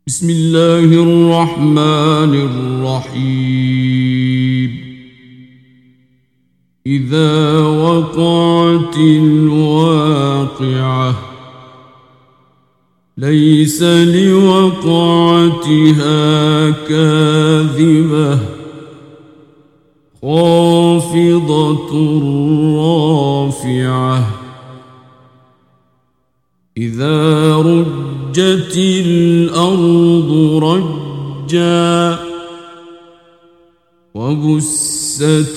بسم الله الرحمن الرحيم إذا وقعت الواقعة ليس لوقعتها كاذبة خافضة رافعة إذا رجت الأرض رجا وبست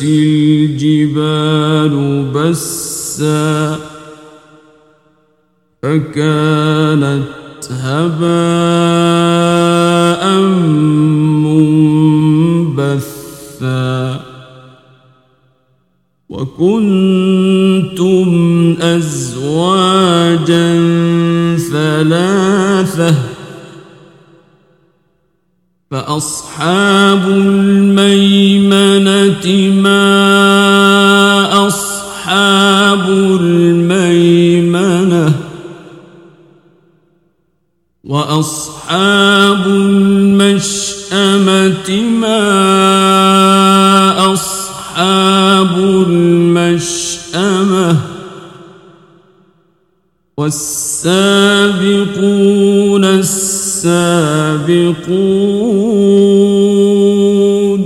الجبال بسا فكانت هباء منبثا وكنتم أزواجا ثلاثة فأصحاب الميمنة ما أصحاب الميمنة وأصحاب المشأمة ما أصحاب المشأمة والسابقون السابقون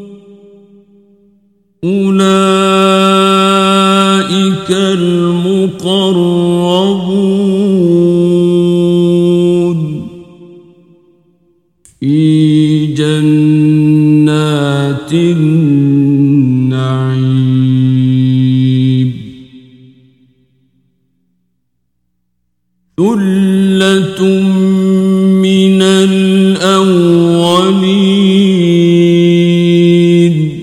أولئك المقربون في جنات النعيم ثلة من الأولين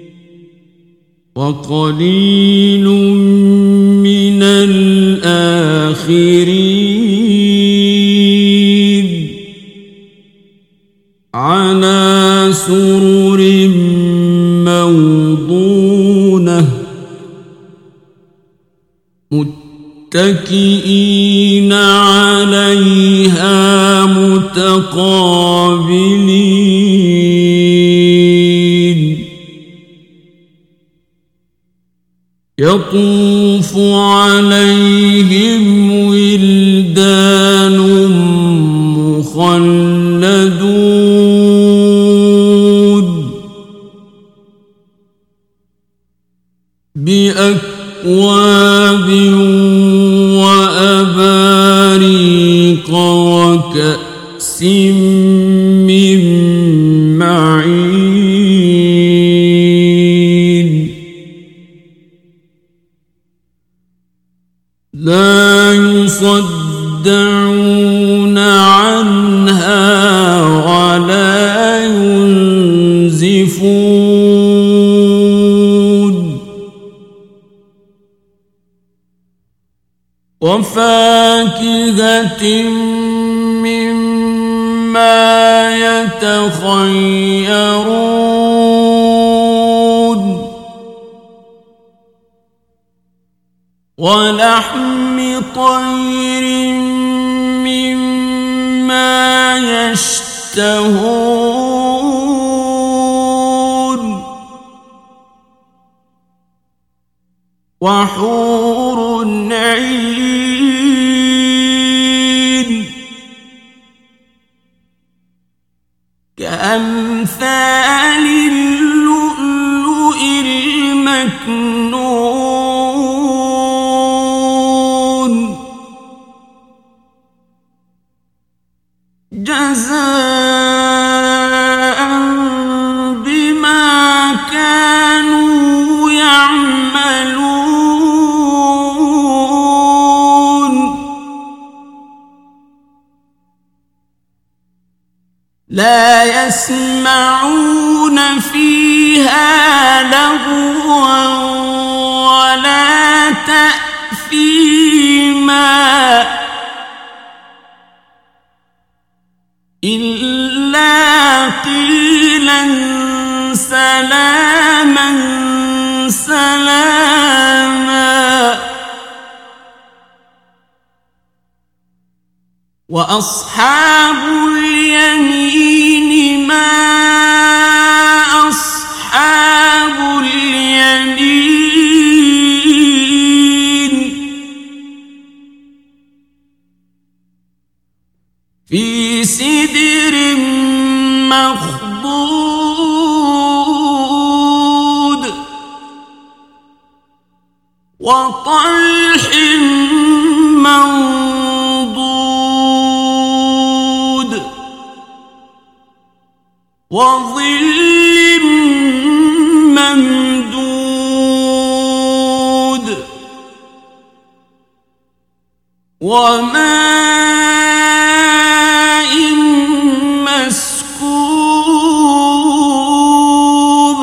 وقليل من الآخرين على سرر موضونة متكئين عليها متقابلين يطوف عليهم ولدان مخلدون بأكواب وأباريق وكأس من معين لا يصدعون عنها ولا ينزفون وفاكهة مما يتخيرون ولحم طير مما يشتهون وحور عين كأمثال اللؤلؤ المكنون جزاء بما كانوا يعملون لا يسمعون فيها لغوا ولا تأثيما إلا قيلا سلاما سلاما وأصحاب اليمين في سدر مخضود وطلح منضود وظل ممدود وماء مسكوب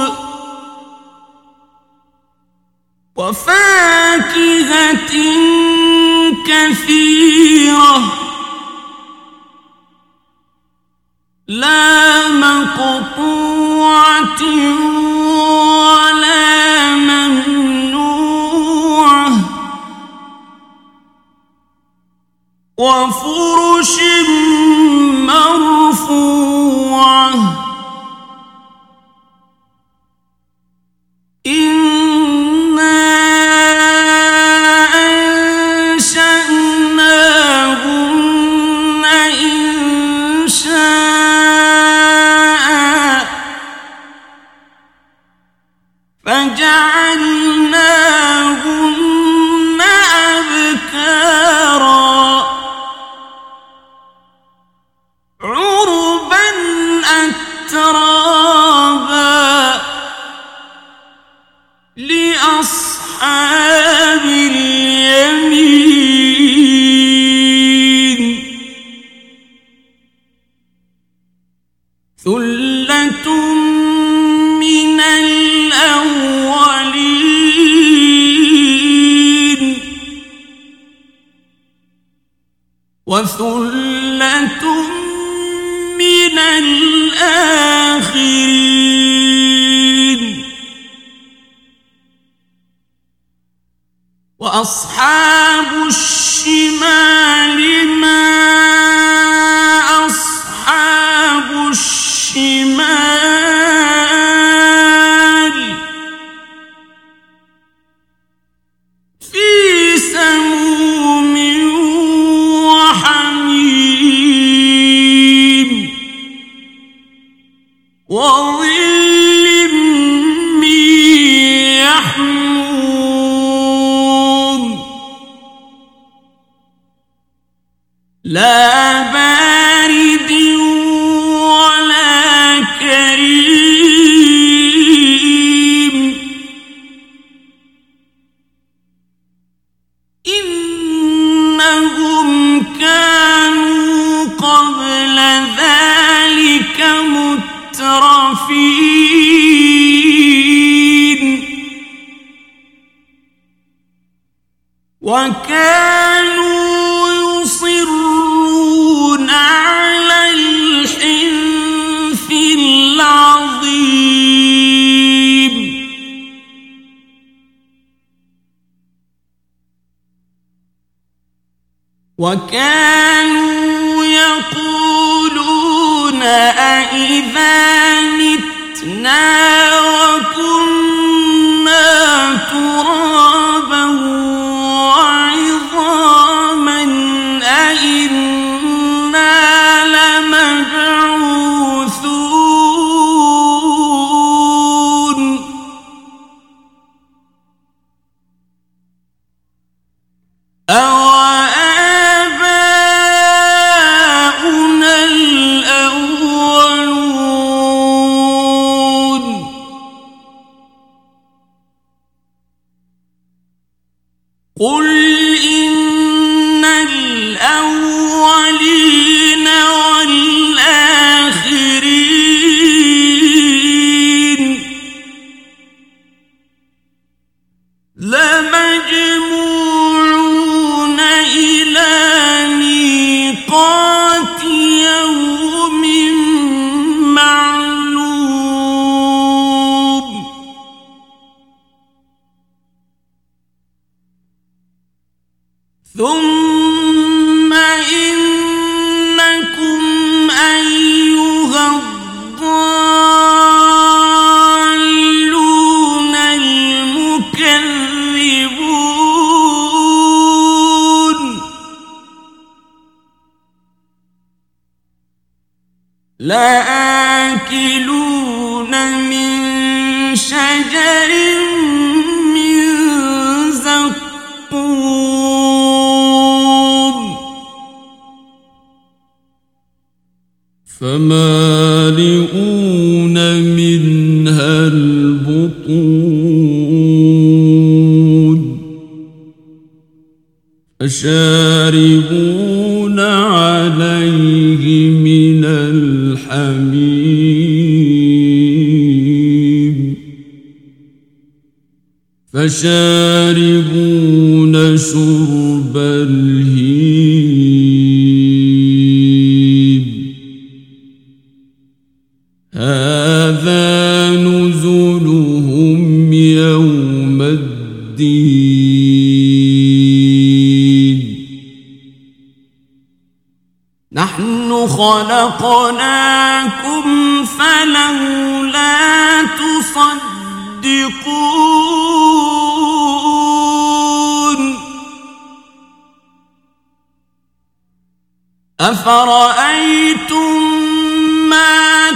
وفاكهة كثيرة لا مقطوعة ولا ممنوعة وفرش مرفوعة إنا أنشأناهن إنشاء فجعلناهن أبكارا عربا أترابا لأصحاب اليمين ثلة من الأولين وثلة من الآخرين وأصحاب الشمال ما أصحاب الشمال في سموم وحميم وظل من يحموم لا بارد ولا كريم إنهم كانوا قبل ذلك مترفين وكانوا يصرون على الحنث العظيم وكانوا يقولون أإذا متنا وكنا ترابا وعظاما أإنا لمبعوثون أوآباؤنا الأولون لآكلون من شجر من زقوم فمالئون منها البطون فشاربون عليه من الحميم فشاربون شرب الهيم هذا نزلهم يوم الدين نحن خلقناكم فلولا تصدقون أفرأيتم ما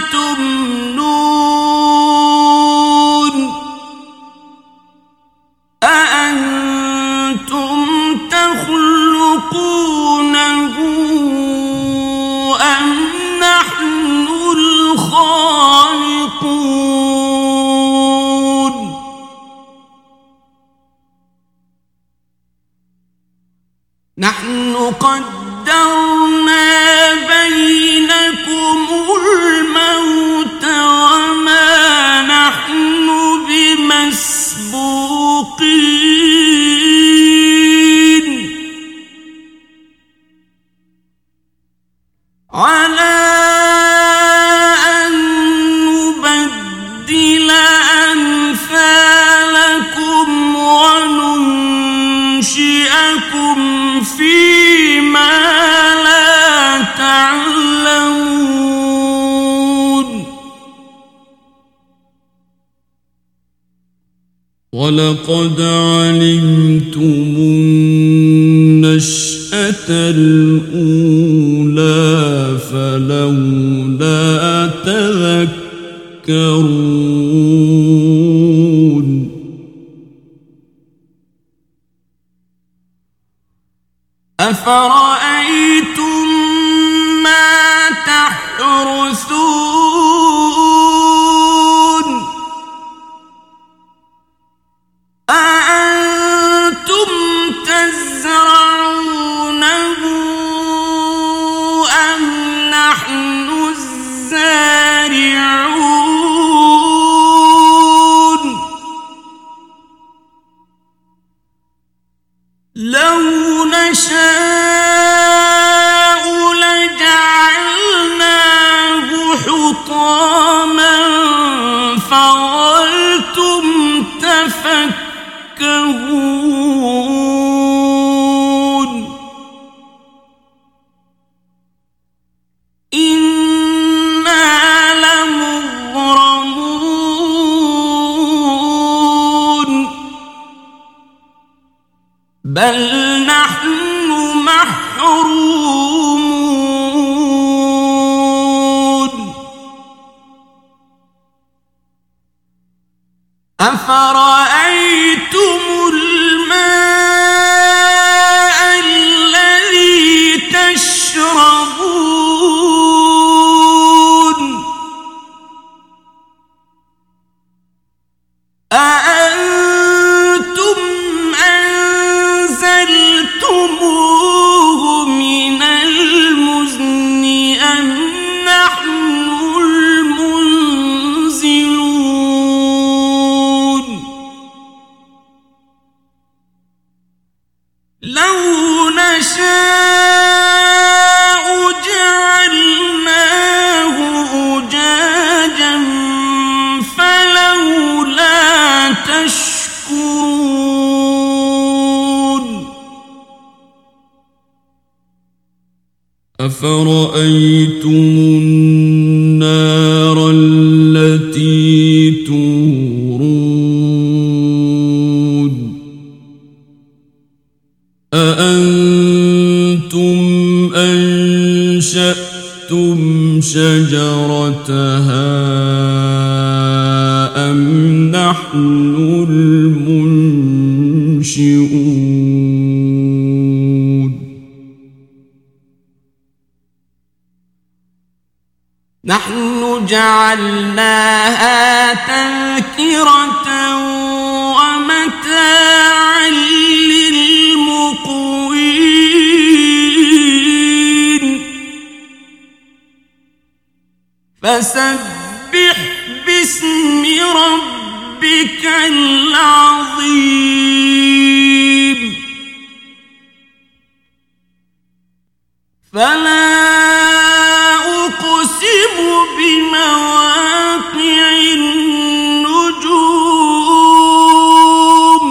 تمنون أأنتم تخلقونه أم نحن الخالقون نحن قدرنا بينكم الموت وما نحن بمسبوقين على أن نبدل أمثالكم وننشئكم فيما لا تعلمون ولقد علمتم النشأة الأولى فلولا تذكرون أفرأيتم ما تحرثون أأنتم تزرعونه أم نحن الزارعون لو نشاء لجعلناه حطاما فظلتم تفكهون إنا لمغرمون بل نحن محرومون أفرأيتم الماء الذي تشربون أأنتم أنزلتموه من المزن أم نحن المنزلون لو نشاء جعلناه أجاجا فلولا تشكرون أفرأيتم النار التي تورون أأنتم أنشأتم شجرتها أم نحن المنشئون نحن جعلناها تذكرة ومتاعا للمقوين فسبح باسم ربك العظيم فلا أقسم بمواقع النجوم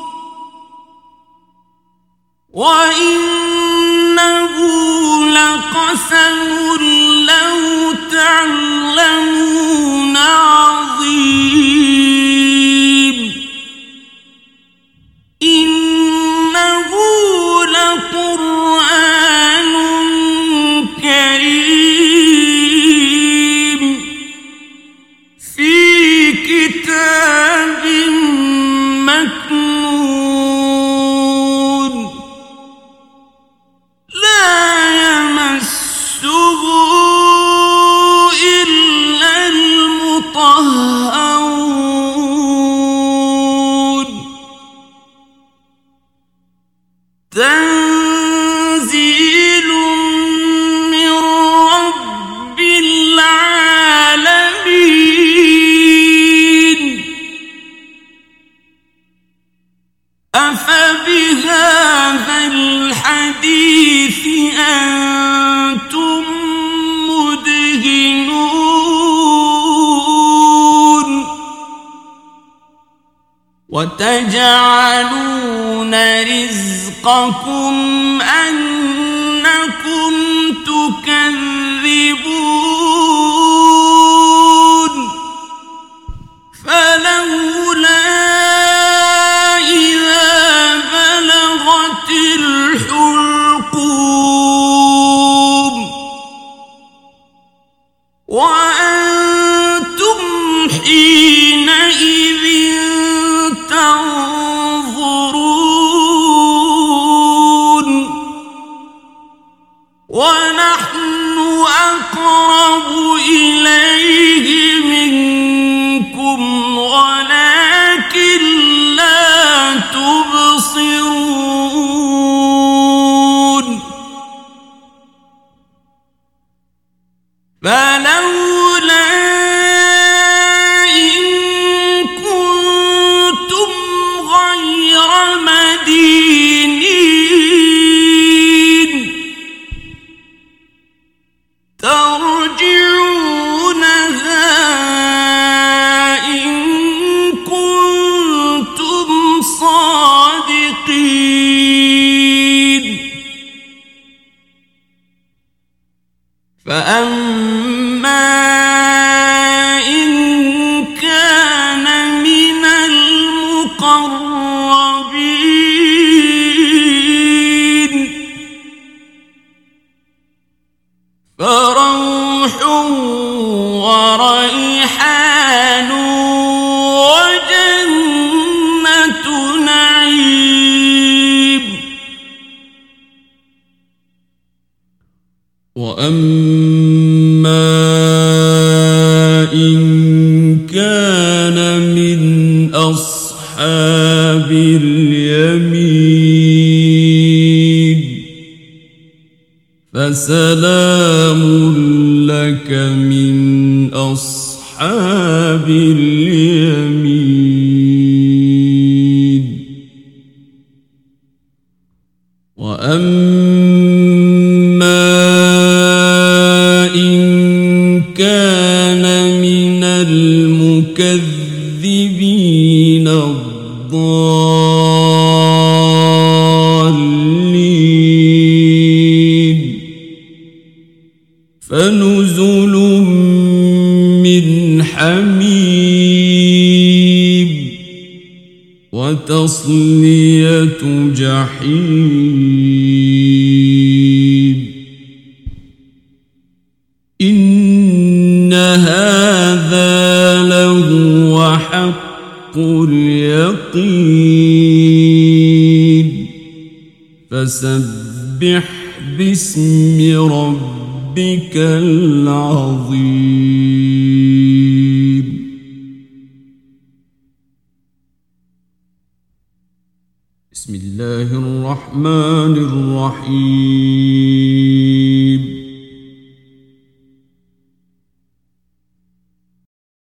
وإنه لقسم لو تعلمون عظيم إنه لقرآن كريم في كتاب مكنون لا يمسه إلا المطهرون تنزيل من رب العالمين أفبهذا الحديث أنتم مدهنون وتجعلون رزقكم أنكم تكذبون فلولا إذا بلغت الحلقوم وأنتم حينئذ تنظرون ونحن أقرب إليه منكم ولكن لا تبصرون فلولا إن كنتم غير مدينين ترجعونها إن كنتم صادقين فأما إن كان من المقربين فروح وريحان وجنة نعيم وأما إن كان من أصحاب اليمين فسلام لك من أصحاب اليمين وأما إن كان من المكذبين الضالين فنزل من حميم وتصلية جحيم اليقين فسبح باسم ربك العظيم. بسم الله الرحمن الرحيم.